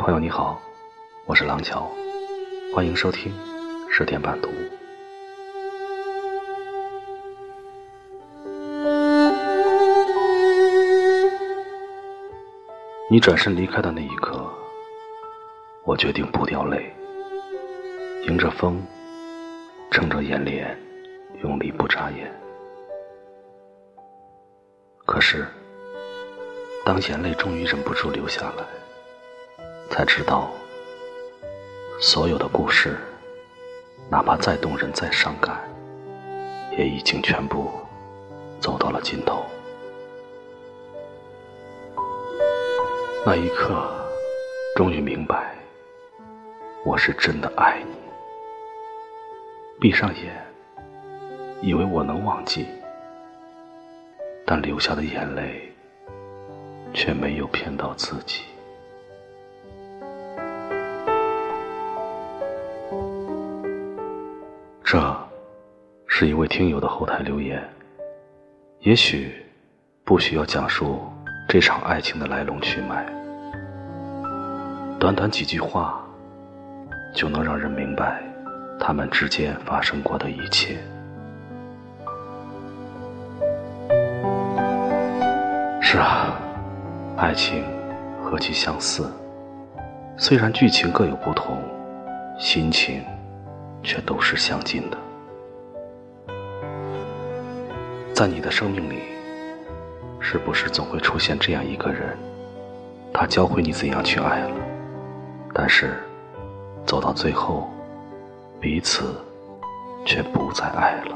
朋友你好，我是廊桥，欢迎收听10点半读。你转身离开的那一刻，我决定不掉泪，迎着风，撑着眼帘，用力不眨眼。可是当眼泪终于忍不住流下来，才知道所有的故事，哪怕再动人再伤感，也已经全部走到了尽头。那一刻终于明白，我是真的爱你。闭上眼，以为我能忘记，但流下的眼泪却没有骗到自己。这是一位听友的后台留言，也许不需要讲述这场爱情的来龙去脉，短短几句话就能让人明白他们之间发生过的一切。是啊，爱情何其相似，虽然剧情各有不同，心情却都是相近的。在你的生命里，是不是总会出现这样一个人，他教会你怎样去爱了，但是走到最后，彼此却不再爱了。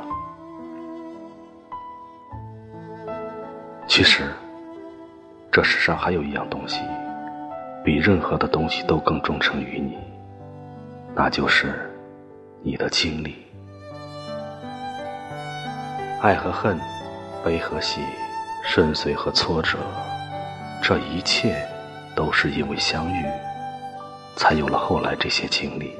其实这世上还有一样东西，比任何的东西都更忠诚于你，那就是你的经历。爱和恨，悲和喜，顺遂和挫折，这一切都是因为相遇，才有了后来这些经历。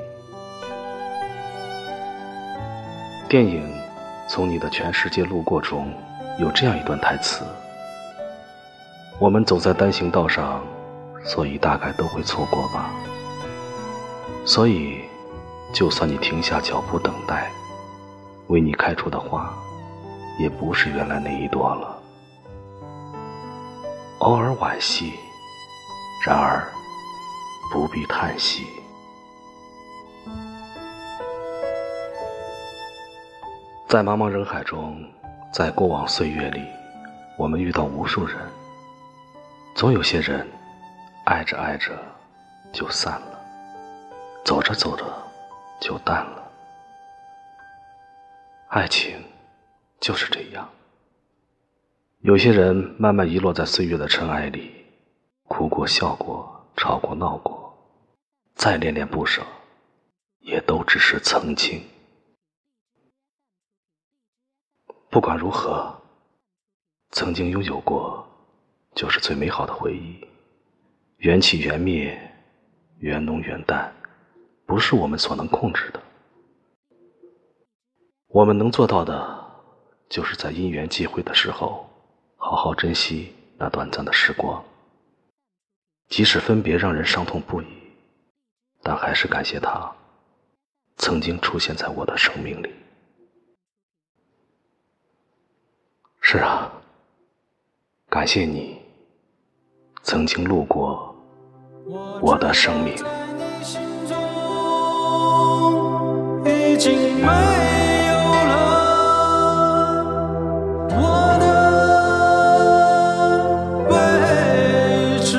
电影《从你的全世界路过》中有这样一段台词：我们走在单行道上，所以大概都会错过吧。所以就算你停下脚步等待，为你开出的花也不是原来那一朵了。偶尔惋惜，然而不必叹息。在茫茫人海中，在过往岁月里，我们遇到无数人，总有些人爱着爱着就散了，走着走着就淡了。爱情就是这样，有些人慢慢遗落在岁月的尘埃里，哭过笑过吵过闹过，再恋恋不舍，也都只是曾经。不管如何，曾经拥有过就是最美好的回忆。缘起缘灭，缘浓缘淡，不是我们所能控制的。我们能做到的，就是在因缘际会的时候，好好珍惜那短暂的时光。即使分别让人伤痛不已，但还是感谢他曾经出现在我的生命里。是啊，感谢你曾经路过我的生命。 已经没有了我的位置。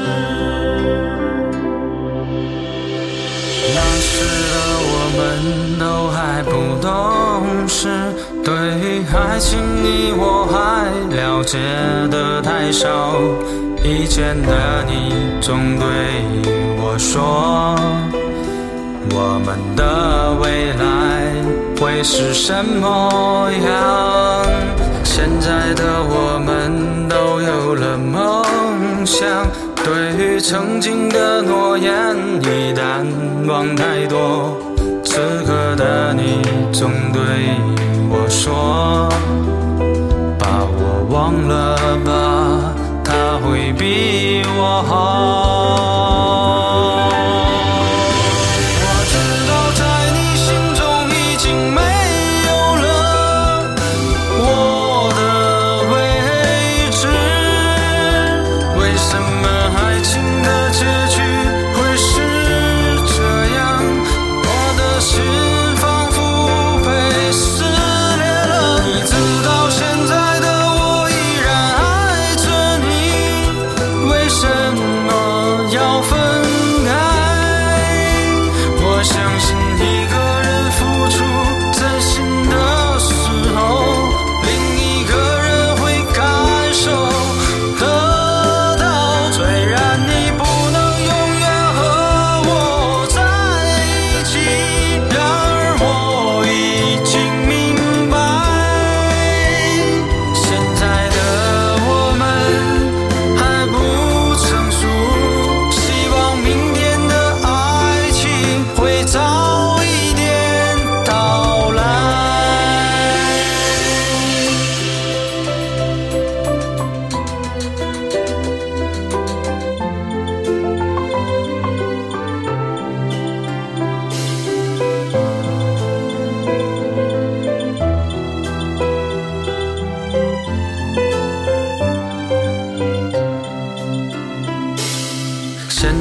那时的我们都还不懂事，对于爱情你我还了解的太少。以前的你总对我说，我们的未来会是什么样？现在的我们都有了梦想，对于曾经的诺言已淡忘太多。此刻的你总对我说，把我忘了吧，他会比我好。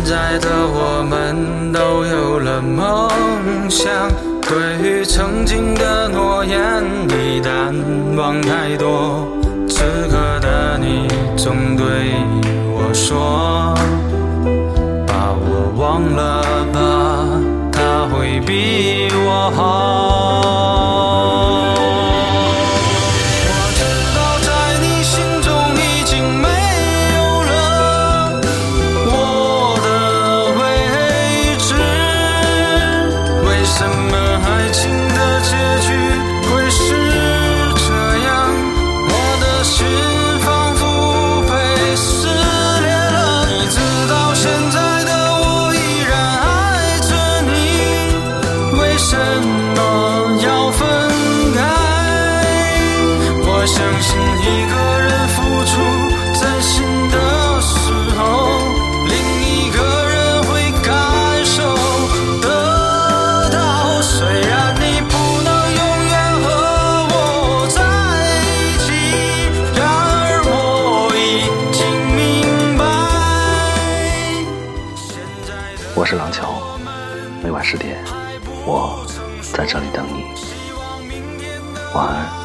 在的我们都有了梦想，对于曾经的诺言已淡忘太多。此刻的你总对我说，把我忘了吧，他会比我好。相信一个人付出真心的时候，另一个人会感受得到。虽然你不能永远和我在一起，然而我已经明白。 我是廊桥，每晚10点，我在这里等你。晚安。